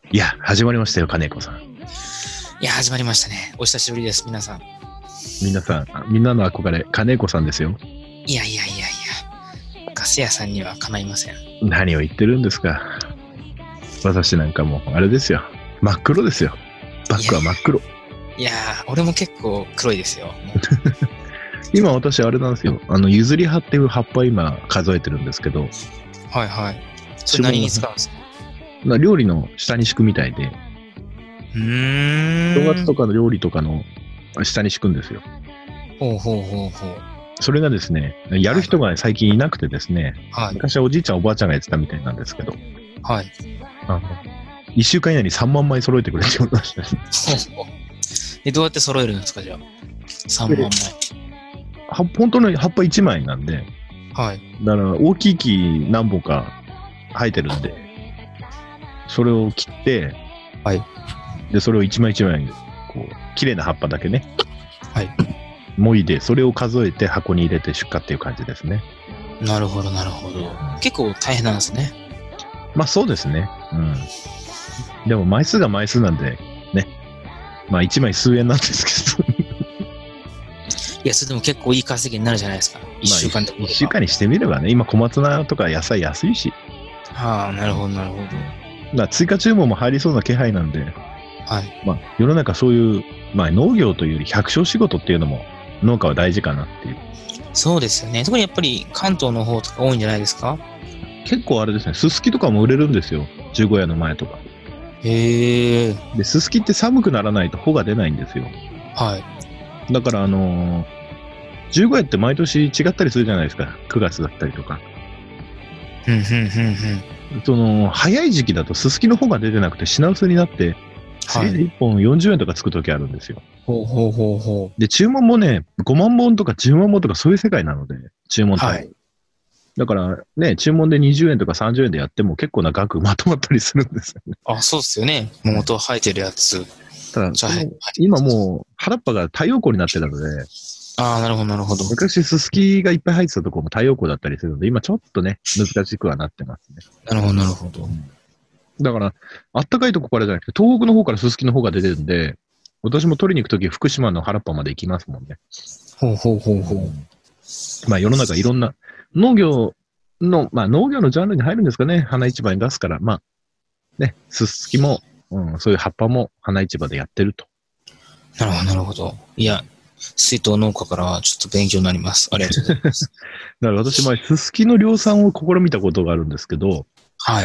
いや、始まりましたよ、金子さん。 いや、始まりましたね。お久しぶりです、皆さん。 皆さん、みんなの憧れ、金子さんですよ。 いや。ガス屋さんにはかないません。 何を言ってるんですか。私なんかもう、あれですよ。真っ黒ですよ。バッグは真っ黒。 いやー、俺も結構黒いですよ。 今私あれなんですよ。譲り葉っていう葉っぱ今数えてるんですけど。 はいはい。それ何に使うんですか？ 料理の下に敷くみたいで。正月とかの料理とかの下に敷くんですよ。 ほう。 それがですね、やる人が最近いなくてですね、 はい。 昔はおじいちゃんおばあちゃんがやってたみたいなんですけど、 はい。 1週間以内に3万枚揃えてくれって言われましたね。 どうやって揃えるんですか、じゃあ。3万枚。 本当の葉っぱ1枚なんで、 はい。 だから大きい木何本か生えてるんで、それを切って、 はい。 で、それを一枚一枚、こう、綺麗な葉っぱだけね、 はい。 もいで、それを数えて箱に入れて出荷っていう感じですね。 なるほど。結構大変なんですね。 まあそうですね。うん。でも枚数が枚数なんで、ね。まあ1枚数円なんですけど。 いや、それでも結構いい稼ぎになるじゃないですか。1週間で。 1週間にしてみればね、今小松菜とか野菜安いし。 はあ、なるほど。 だから追加注文も入りそうな気配なんで、 はい。 まあ世の中そういう、まあ農業というより百姓仕事っていうのも農家は大事かなっていう。 そうですよね。特にやっぱり関東の方とか多いんじゃないですか？ 結構あれですね、すすきとかも売れるんですよ。十五夜の前とか。 へえ。 で、すすきって寒くならないと穂が出ないんですよ。 はい。 だから十五夜って毎年違ったりするじゃないですか。9月だったりとか。早い時期だとすすきの方が出てなくて品薄になって、せいぜい1本40円とかつくときあるんですよ。 ほう。 で、注文もね、5万本とか10万本とかそういう世界なので、注文単位。はい。だからね、注文で20円とか30円でやっても結構な額まとまったりするんですよね。 あ、そうっすよね。元生えてるやつ。 ただ、今もう原っぱが太陽光になってたので、 ああ、なるほど。 昔、すすきがいっぱい入ってたところも太陽光だったりするので、今ちょっとね、難しくはなってますね。 なるほど。 だから、あったかいとこからじゃなくて、東北の方からすすきの方が出てるんで、私も取りに行くとき、福島の原っぱまで行きますもんね。 ほう。 まあ、世の中いろんな、農業のジャンルに入るんですかね、花市場に出すから、まあ、ね、すすきも、そういう葉っぱも花市場でやってると。 なるほど。いや、水筒農家からはちょっと勉強になります。ありがとうございます。 だから私、すすきの量産を試みたことがあるんですけど、 はい。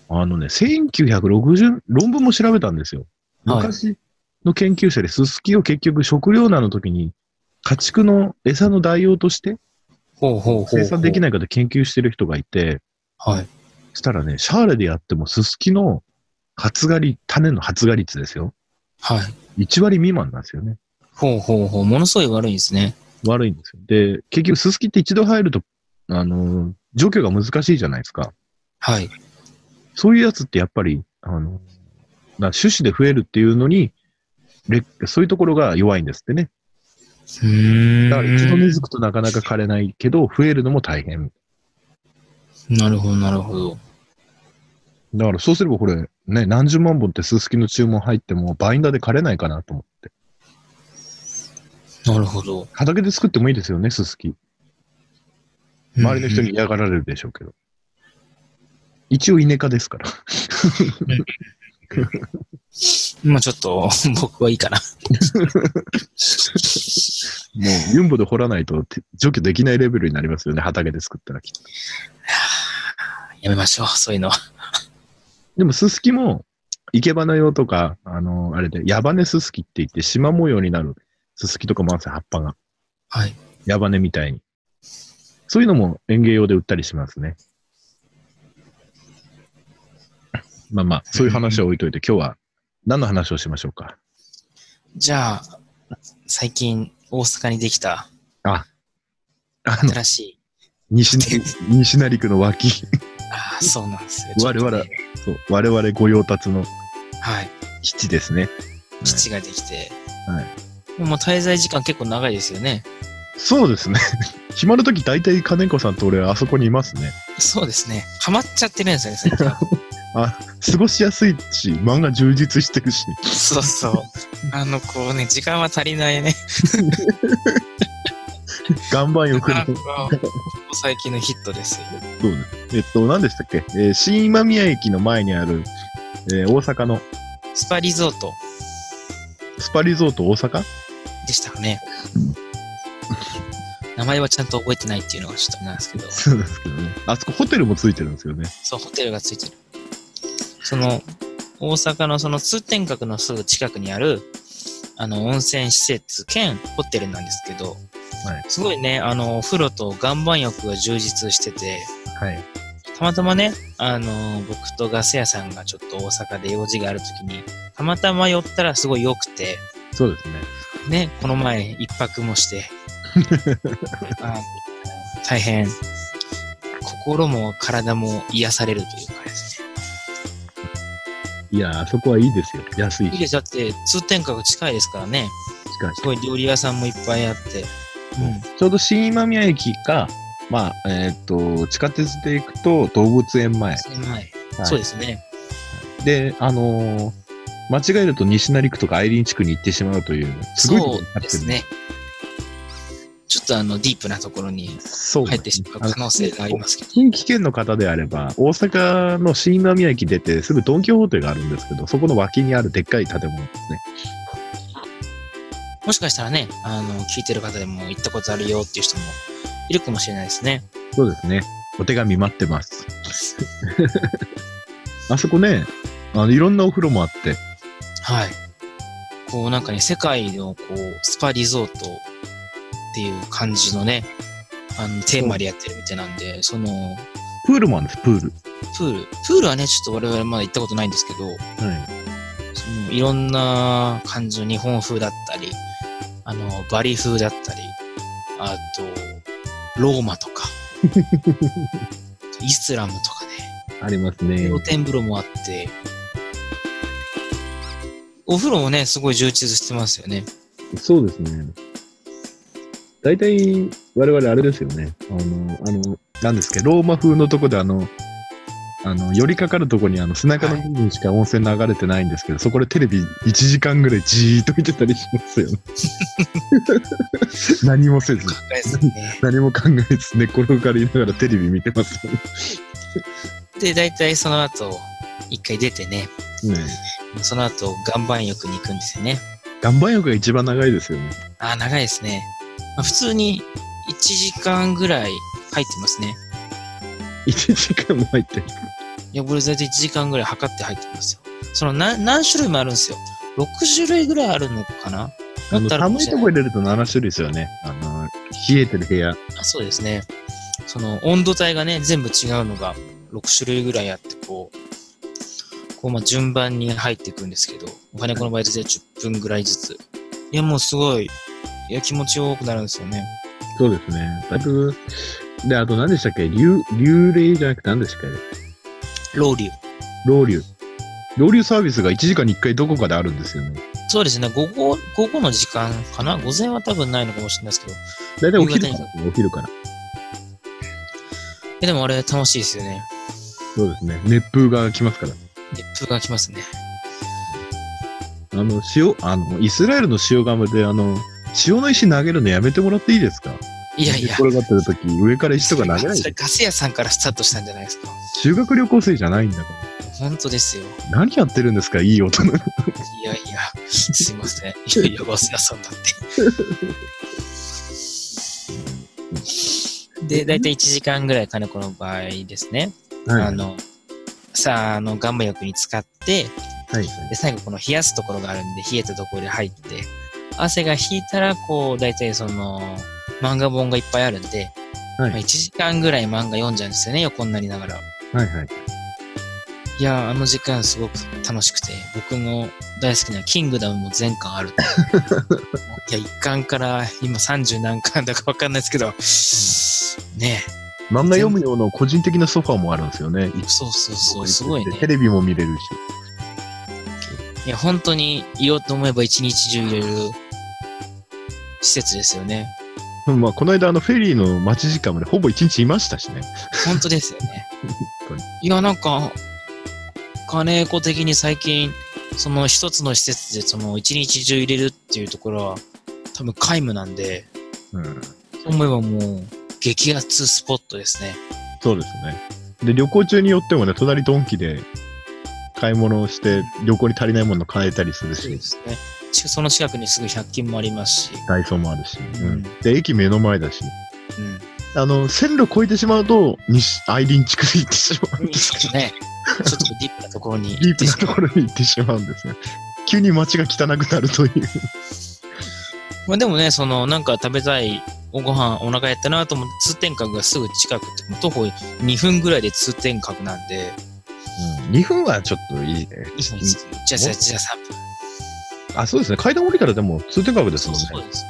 1960、論文も調べたんですよ。昔の研究者で、すすきを結局食糧難の時に、家畜の餌の代用として、生産できないかで研究してる人がいて、 はい。 そしたらね、シャーレでやっても、すすきの種の発芽率ですよ。 はい。 1割未満なんですよね。 ほう。ものすごい悪いんですね。 悪いんですよ。で、結局、すすきって一度入ると、除去が難しいじゃないですか。はい。そういうやつってやっぱり、種子で増えるっていうのに、そういうところが弱いんですってね。だから一度根付くとなかなか枯れないけど、増えるのも大変。 なるほど。 だからそうすればこれ、ね、何十万本ってすすきの注文入っても、バインダーで枯れないかなと思って。 なるほど。 畑で作ってもいいですよね、すすき。周りの人に嫌がられるでしょうけど。一応稲科ですから。 まあちょっと、僕はいいかな。 もう、ユンボで掘らないと除去できないレベルになりますよね、畑で作ったらきっと。 やめましょう、そういうのは。 でも、すすきも、生け花用とか、あれで、矢羽すすきって言って、縞模様になるすすきとかもあるんですよ、葉っぱが。はい。矢羽みたいに。そういうのも園芸用で売ったりしますね。まあ、そういう話は置いといて、今日は何の話をしましょうか。 じゃあ、最近大阪にできた、新しい。 西成区の脇。 そうなんですよ。 我々御用達のはい。 基地ですね。 基地ができて。 はい。 もう滞在時間結構長いですよね。 そうですね。暇の時大体金子さんと俺はあそこにいますね。 そうですね。ハマっちゃってるんですよね、最近。 過ごしやすいし、漫画充実してるし。 そうそう。こうね、時間は足りないね。 岩盤浴の。 最近のヒットですよ。 そうです。何でしたっけ？新今宮駅の前にある、大阪の。 スパリゾート。 スパリゾート大阪でしたかね。名前はちゃんと覚えてないっていうのがちょっとなんですけど。 そうですけどね。あそこホテルもついてるんですよね。 そう、ホテルがついてる。大阪の通天閣のすぐ近くにある、温泉施設兼ホテルなんですけど、はい、すごいね、お風呂と岩盤浴が充実してて、はい、たまたまね、僕とガス屋さんがちょっと大阪で用事があるときに、たまたま寄ったらすごい良くて、 そうですね。 ね、この前一泊もして、大変、心も体も癒されるというかですね。 いやー、そこはいいですよ。安いし。 いいです。だって、通天閣近いですからね。 近い。 すごい料理屋さんもいっぱいあって。 ちょうど新今宮駅か、まあ、地下鉄で行くと動物園前。 はい、そうですね。 で、間違えると西成区とか愛林地区に行ってしまうという、すごいところになってる。 そうですね。ちょっとディープなところに入ってしまう可能性がありますけど。 近畿圏の方であれば、大阪の新今宮駅出てすぐドンキホーテがあるんですけど、そこの脇にあるでっかい建物ですね。 もしかしたらね、聞いてる方でも行ったことあるよっていう人もいるかもしれないですね。 そうですね。お手紙待ってます。あそこね、いろんなお風呂もあって。 はい。こうなんかね、世界のスパリゾートっていう感じのね、テーマでやってるみたいなんで、 プールもあるんです、プール。 プールはね、ちょっと我々まだ行ったことないんですけど、はい。いろんな感じの日本風だったり、バリ風だったり、あと、ローマとか、イスラムとかね。 ありますね。 露天風呂もあって、お風呂もね、すごい充実してますよね。 そうですね。大体、我々あれですよね。なんですけど、ローマ風のとこで寄りかかるとこに背中の部分しか温泉流れてないんですけど、はい、そこでテレビ1時間ぐらいじーっと見てたりしますよね。何もせず。何も考えず寝転がりながらテレビ見てますよね。 で、大体その後、一回出てね。その後、岩盤浴に行くんですよね。 岩盤浴が一番長いですよね。 長いですね。普通に1時間ぐらい入ってますね。 1時間も入ってる。 いや、これ大体1時間ぐらい測って入ってますよ。何種類もあるんですよ。6種類ぐらいあるのかな。 寒いとこ入れると7種類ですよね。冷えてる部屋。 そうですね。温度帯がね、全部違うのが6種類ぐらいあって、順番に入っていくんですけど、お金この場合で10分ぐらいずつ。いや、もうすごい、気持ちよくなるんですよね。 そうですね。だいぶ、で、あと何でしたっけ？流霊じゃなくて何でしたっけ？ ロウリュ。 ロウリュサービスが1時間に1回どこかであるんですよね。 そうですね。午後の時間かな？午前は多分ないのかもしれないですけど。 だいたいお昼から。 でもあれ楽しいですよね。 そうですね。熱風が来ますから。 熱風が来ますね。 イスラエルの塩釜で塩の石投げるのやめてもらっていいですか？ いやいや。 転がってる時上から石とか投げない。 それガス屋さんからスタートしたんじゃないですか。 修学旅行生じゃないんだから。 本当ですよ。 何やってるんですか、いい大人。いやいや、すいません。いやいや、ガス屋さんだって。で、だいたい1時間ぐらいかな、この場合ですね。はい、岩盤浴に使って、はい、で最後この冷やすところがあるんで、冷えたところで入って、汗が引いたら、だいたい漫画本がいっぱいあるんで、はい、1時間ぐらい漫画読んじゃうんですよね、横になりながら。はいはい。いや、時間すごく楽しくて、僕の大好きなキングダムも全巻ある。いや、1巻から今30何巻だかわかんないですけど、ねえ。漫画読む用の個人的なソファーもあるんですよね。 そうそうそう、すごいね。 テレビも見れるし。 いや、本当にいようと思えば一日中入れる施設ですよね。 まあ、この間フェリーの待ち時間までほぼ一日いましたしね。 本当ですよね。いや、なんか、 金子的に最近、その一つの施設でその一日中入れるっていうところは、多分皆無なんで、そう思えばもう、激アツスポットですね。 そうですね。で、旅行中によってもね、隣ドンキで買い物をして、旅行に足りないものを買えたりするし。そうですね。その近くにすぐ100均もありますし。 ダイソーもあるし。で、駅目の前だし。線路越えてしまうと、アイリン地区に行ってしまうんですよね。ちょっとディープなところにディープなところに行ってしまうんですよ。急に街が汚くなるという。 まあでもね、なんか食べたいお腹やったなと思って、通天閣がすぐ近くて、徒歩2分ぐらいで通天閣なんで。 2分はちょっといいね。 じゃあ3 分。そうですね。階段降りたらでも通天閣ですもんね。 そうです。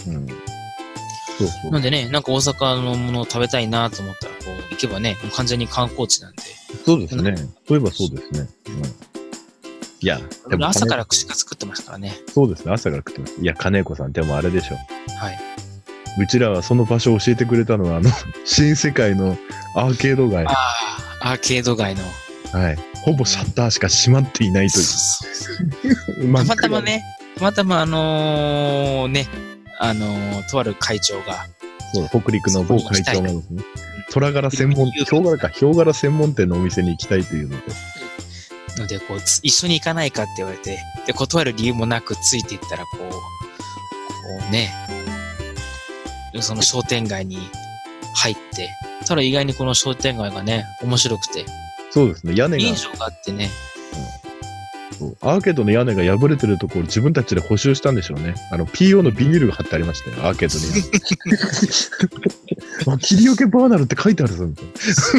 なんでね、なんか大阪のものを食べたいなと思ったら、行けばね、もう完全に観光地なんで。 そうですね。そういえばそうですね。いや、 でも朝から串が作ってましたからね。 そうですね。朝から食ってます。いや、金子さん、でもあれでしょ。 はい。 うちらはその場所を教えてくれたのは、新世界のアーケード街。 アーケード街の。 はい。ほぼシャッターしか閉まっていないという。 たまたまね、とある会長が。 そう、北陸の某会長がですね、ヒョウ柄専門店のお店に行きたいというので。 一緒に行かないかって言われて、で、断る理由もなくついていったら、その商店街に入って、ただ意外にこの商店街がね、面白くて。 そうですね、屋根が。 印象があってね。 アーケードの屋根が破れてるところ自分たちで補修したんでしょうね。PO のビニールが貼ってありましたよ、アーケードに。切りよけバーナルって書いてあるぞ、みたい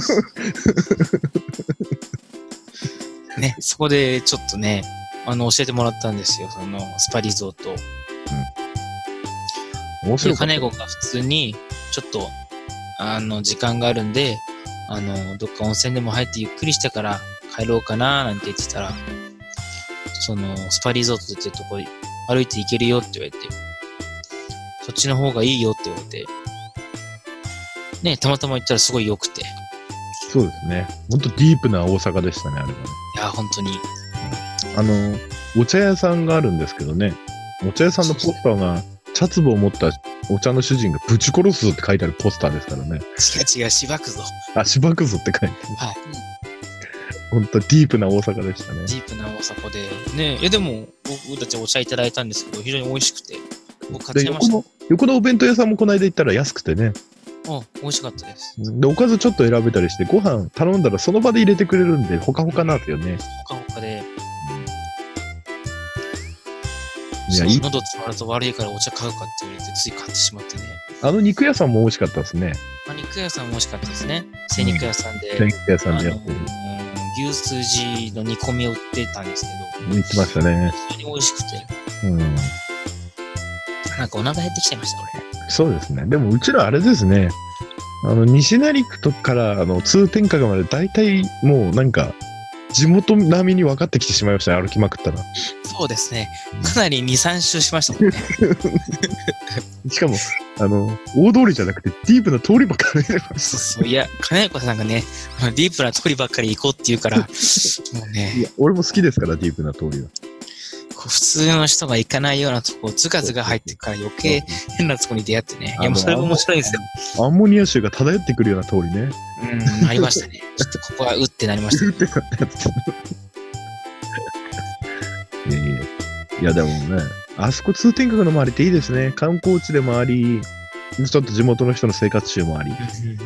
な。ね、そこでちょっとね、教えてもらったんですよ、スパリゾート。面白い。金子が普通に、ちょっと、時間があるんで、どっか温泉でも入ってゆっくりしてから帰ろうかななんて言ってたら、スパリゾートってとこ歩いて行けるよって言われて、そっちの方がいいよって言われて、ね、たまたま行ったらすごい良くて。 そうですね。ほんとディープな大阪でしたね、あれはね。 いや、本当に。 お茶屋さんがあるんですけどね、お茶屋さんのポスターが、茶壺を持ったお茶の主人がぶち殺すぞって書いてあるポスターですからね。 違う、しばくぞ。 しばくぞって書いてある。はい。ほんとディープな大阪でしたね。 ディープな大阪で。ね、でも、僕たちお茶いただいたんですけど、非常に美味しくて。僕買っちゃいました。 横のお弁当屋さんもこの間行ったら安くてね。 美味しかったです。 で、おかずちょっと選べたりして、ご飯頼んだらその場で入れてくれるんで、ほかほかなんですよね。 ほかほかで。喉詰まると悪いからお茶買うかって言われて、つい買ってしまってね。 肉屋さんも美味しかったですね。 肉屋さんも美味しかったですね。精肉屋さんで。 精肉屋さんでやってる。 牛すじの煮込みを売ってたんですけど。 売ってましたね。 非常に美味しくて。なんかお腹減ってきちゃいました、俺。 そうですね。でもうちらあれですね。西成区とから通天閣まで大体もうなんか、地元並みに分かってきてしまいましたね、歩きまくったら。 そうですね。かなり2、3周しましたもんね。 しかも、大通りじゃなくて、ディープな通りばっかり歩いてます。そう。いや、金子さんがね、ディープな通りばっかり行こうって言うから、もうね。 いや、俺も好きですから、ディープな通りは。 普通の人が行かないようなとこ、ズカズカ入ってくから余計変なとこに出会ってね。いや、もうそれが面白いんですよ。 アンモニア臭が漂ってくるような通りね。 ありましたね。ちょっとここはうってなりました、ね。うってなったやつ。 いや、でもね、あそこ通天閣の周りっていいですね。観光地でもあり、ちょっと地元の人の生活習もあり。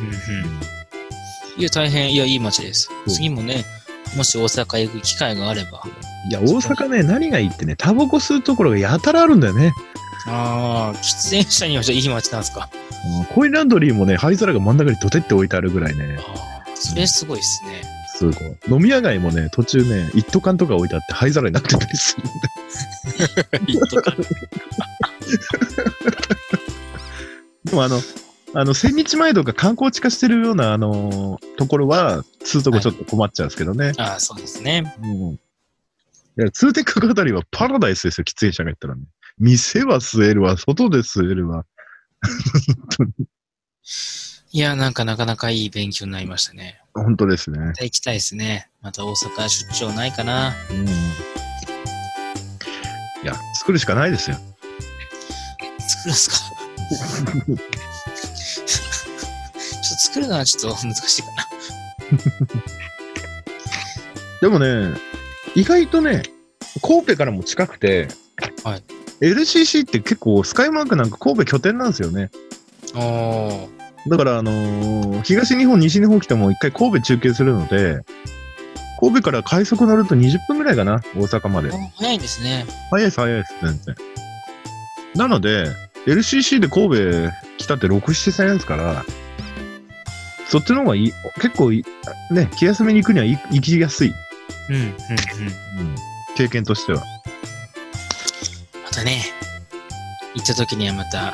いや、大変、いい街です。次もね、もし大阪行く機会があれば。 いや、大阪ね、何がいいってね、タバコ吸うところがやたらあるんだよね。 喫煙者にはじゃいい街なんですか。 コインランドリーもね、灰皿が真ん中にドテって置いてあるぐらいね。 それすごいっすね。 すごい。飲み屋街もね、途中ね、一斗缶とか置いてあって灰皿になってたりするんで。一斗缶でも千日前とか観光地化してるような、ところは、吸うとこちょっと困っちゃうんですけどね。 そうですね。 通天閣あたりはパラダイスですよ、喫煙者が言ったらね。店は吸えるわ、外で吸えるわ。 いや、なんかなかなかいい勉強になりましたね。 本当ですね。 また行きたいですね。また大阪出張ないかな。 いや、作るしかないですよ。 作るんすかちょっと作るのはちょっと難しいかな。 でもね、意外とね、神戸からも近くて、 はい。 LCC って結構スカイマークなんか神戸拠点なんですよね。だから東日本、西日本来ても一回神戸中継するので、神戸から快速乗ると20分ぐらいかな、大阪まで。 早いんですね。 早いです、早いです、全然。なので、LCC で神戸来たって6、7千円ですから、そっちの方がいい、結構ね、気休めに行くには行きやすい。経験としては。 またね、行った時にはまた、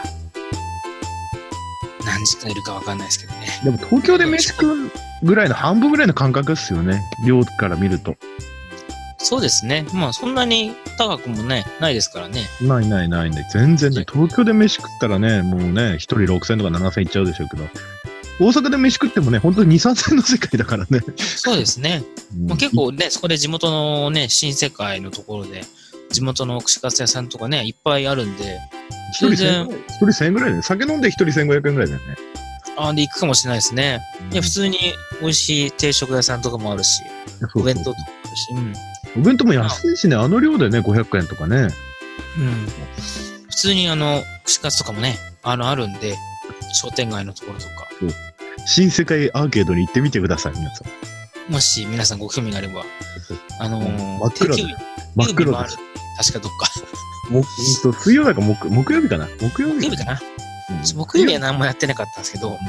何時間いるか分かんないですけどね。 でも東京で飯食うぐらいの半分ぐらいの感覚ですよね。量から見ると。 そうですね。まあそんなに高くもね、ないですからね。 ない。全然ない。東京で飯食ったらね、もうね、一人6000とか7000いっちゃうでしょうけど、大阪で飯食ってもね、本当に2、3000の世界だからね。 そうですね。まあ、結構ね、そこで地元のね、新世界のところで、地元の串カツ屋さんとかね、いっぱいあるんで、 一人1000円ぐらいで、ね、酒飲んで一人1500円ぐらいだよね。 で行くかもしれないですね。いや、普通に美味しい定食屋さんとかもあるし、お弁当とかあるし、 お弁当も安いしね、あの量でね、500円とかね。 普通に串カツとかもね、あるんで、商店街のところとか。 新世界アーケードに行ってみてください、皆さん。もし皆さんご興味があれば、 真っ暗です。 真っ暗です。確かどっか。 水曜だか木曜日かな。木曜日かな。木曜日は何もやってなかったんですけど、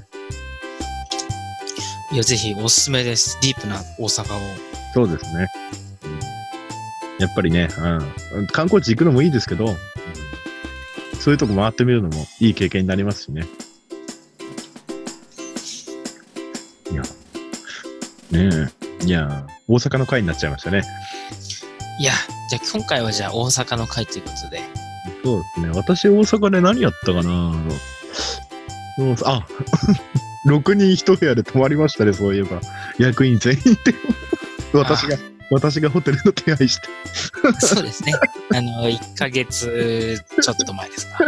いや、ぜひおすすめです。ディープな大阪を。 そうですね。やっぱりね、観光地行くのもいいですけど、そういうとこ回ってみるのもいい経験になりますしね。いや、大阪の回になっちゃいましたね。 いや、じゃあ今回はじゃあ大阪の回ということで。 そうですね。私大阪で何やったかな6人1部屋で泊まりましたね、そういえば。役員全員で。私がホテルの手配して。 そうですね。1ヶ月ちょっと前ですか。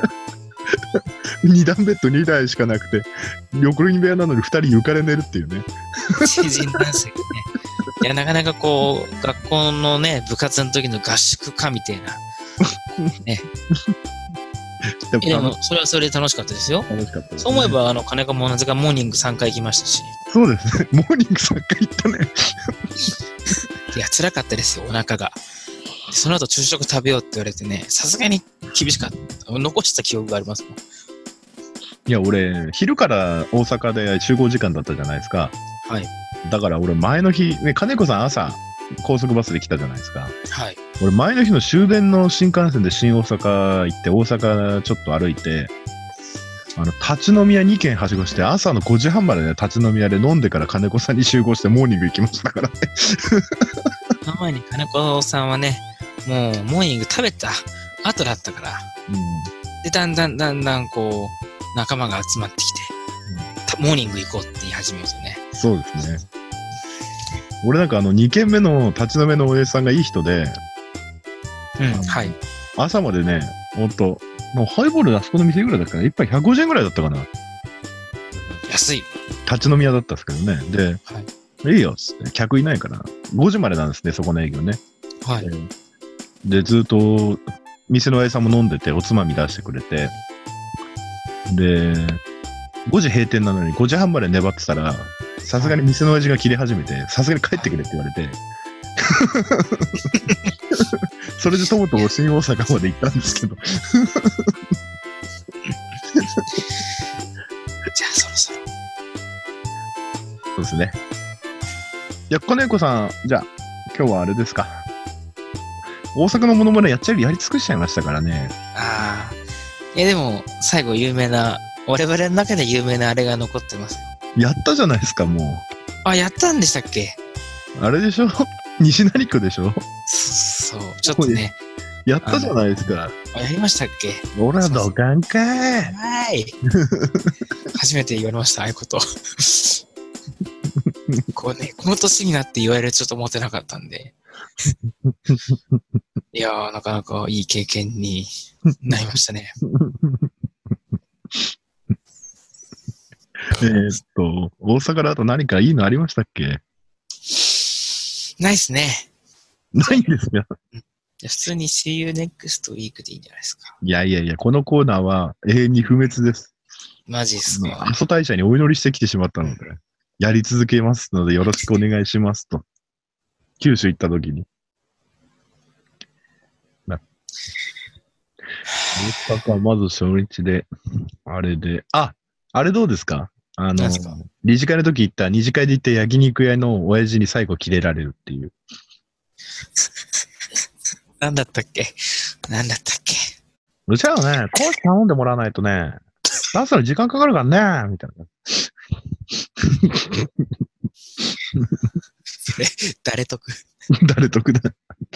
2段ベッド2台しかなくて、6人部屋なのに2人床で寝るっていうね。 成人男性がね。いや、なかなかこう、学校のね、部活の時の合宿かみたいな。ね。でも、それはそれで楽しかったですよ。 楽しかったです、ね。 そう思えば、金子もなぜかモーニング3回行きましたし。 そうですね。モーニング3回行ったね。 いや、辛かったですよ、お腹が。その後昼食食べようって言われてね、さすがに厳しかった。残した記憶がありますもん。 いや、俺、昼から大阪で集合時間だったじゃないですか。 はい。 だから俺、前の日、ね、金子さん朝、高速バスで来たじゃないですか。 はい。 俺、前の日の終電の新幹線で新大阪行って、大阪ちょっと歩いて、立ち飲み屋2軒はしごして、朝の5時半までね、立ち飲み屋で飲んでから金子さんに集合してモーニング行きましたからね。 その前に金子さんはね、もうモーニング食べた後だったから、で、だんだんこう、仲間が集まってきて、モーニング行こうって言い始めますよね。 そうですね。俺なんか2軒目の立ち飲みのおやじさんがいい人で、 はい。 朝までね、ほんと、もうハイボールあそこの店ぐらいだったかな、1杯150円ぐらいだったかな。 安い。 立ち飲み屋だったんですけどね。で、いいよっつって、客いないから、5時までなんですね、そこの営業ね。 はい。 で、ずっと、店のおやじさんも飲んでて、おつまみ出してくれて、で、5時閉店なのに5時半まで粘ってたら、さすがに店の親父が切れ始めて、さすがに帰ってくれって言われて、それでともとも新大阪まで行ったんですけど。 じゃあそろそろ。 そうですね。いや、金子さん、じゃあ、今日はあれですか。大阪のものまねやり尽くしちゃいましたからね。 いやでも、最後有名な、我々の中で有名なあれが残ってますよ。 やったじゃないですか、もう。やったんでしたっけ？ あれでしょ？西成区でしょ？ そう、ちょっとね、 やったじゃないですか。 やりましたっけ？ 俺はドカンかー。 はい。初めて言われました、ああいうこと。こうね、この年になって言われるちょっと思ってなかったんで。いやー、なかなかいい経験になりましたね。 大阪だと何かいいのありましたっけ？ ないっすね。 ないんですか？ 普通に See you next week でいいんじゃないですか。 いやいやいや、このコーナーは永遠に不滅です。 マジっすか。 阿蘇大社にお祈りしてきてしまったので、やり続けますのでよろしくお願いしますと。九州行った時に。大阪まず初日で、あれどうですか？理事会の時行った二次会で行った焼肉屋の親父に最後キレられるっていう。 なんだったっけ？ うちはね、コース頼んでもらわないとね、出すのに時間かかるからね、みたいな。 それ、誰得だ。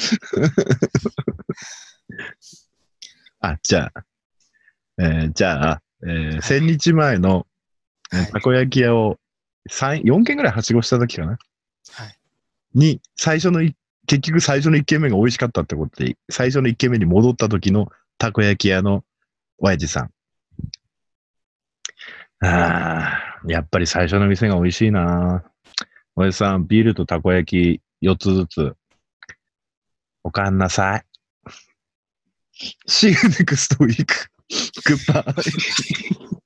じゃあ、1000日前のたこ焼き屋を4軒ぐらいはしごした時かな。 はい。 に、結局最初の1軒目が美味しかったってことで、最初の1軒目に戻った時のたこ焼き屋の親父さん。やっぱり最初の店が美味しいな。親父さん、ビールとたこ焼き4つずつ、おかんなさい。See you next week. Goodbye.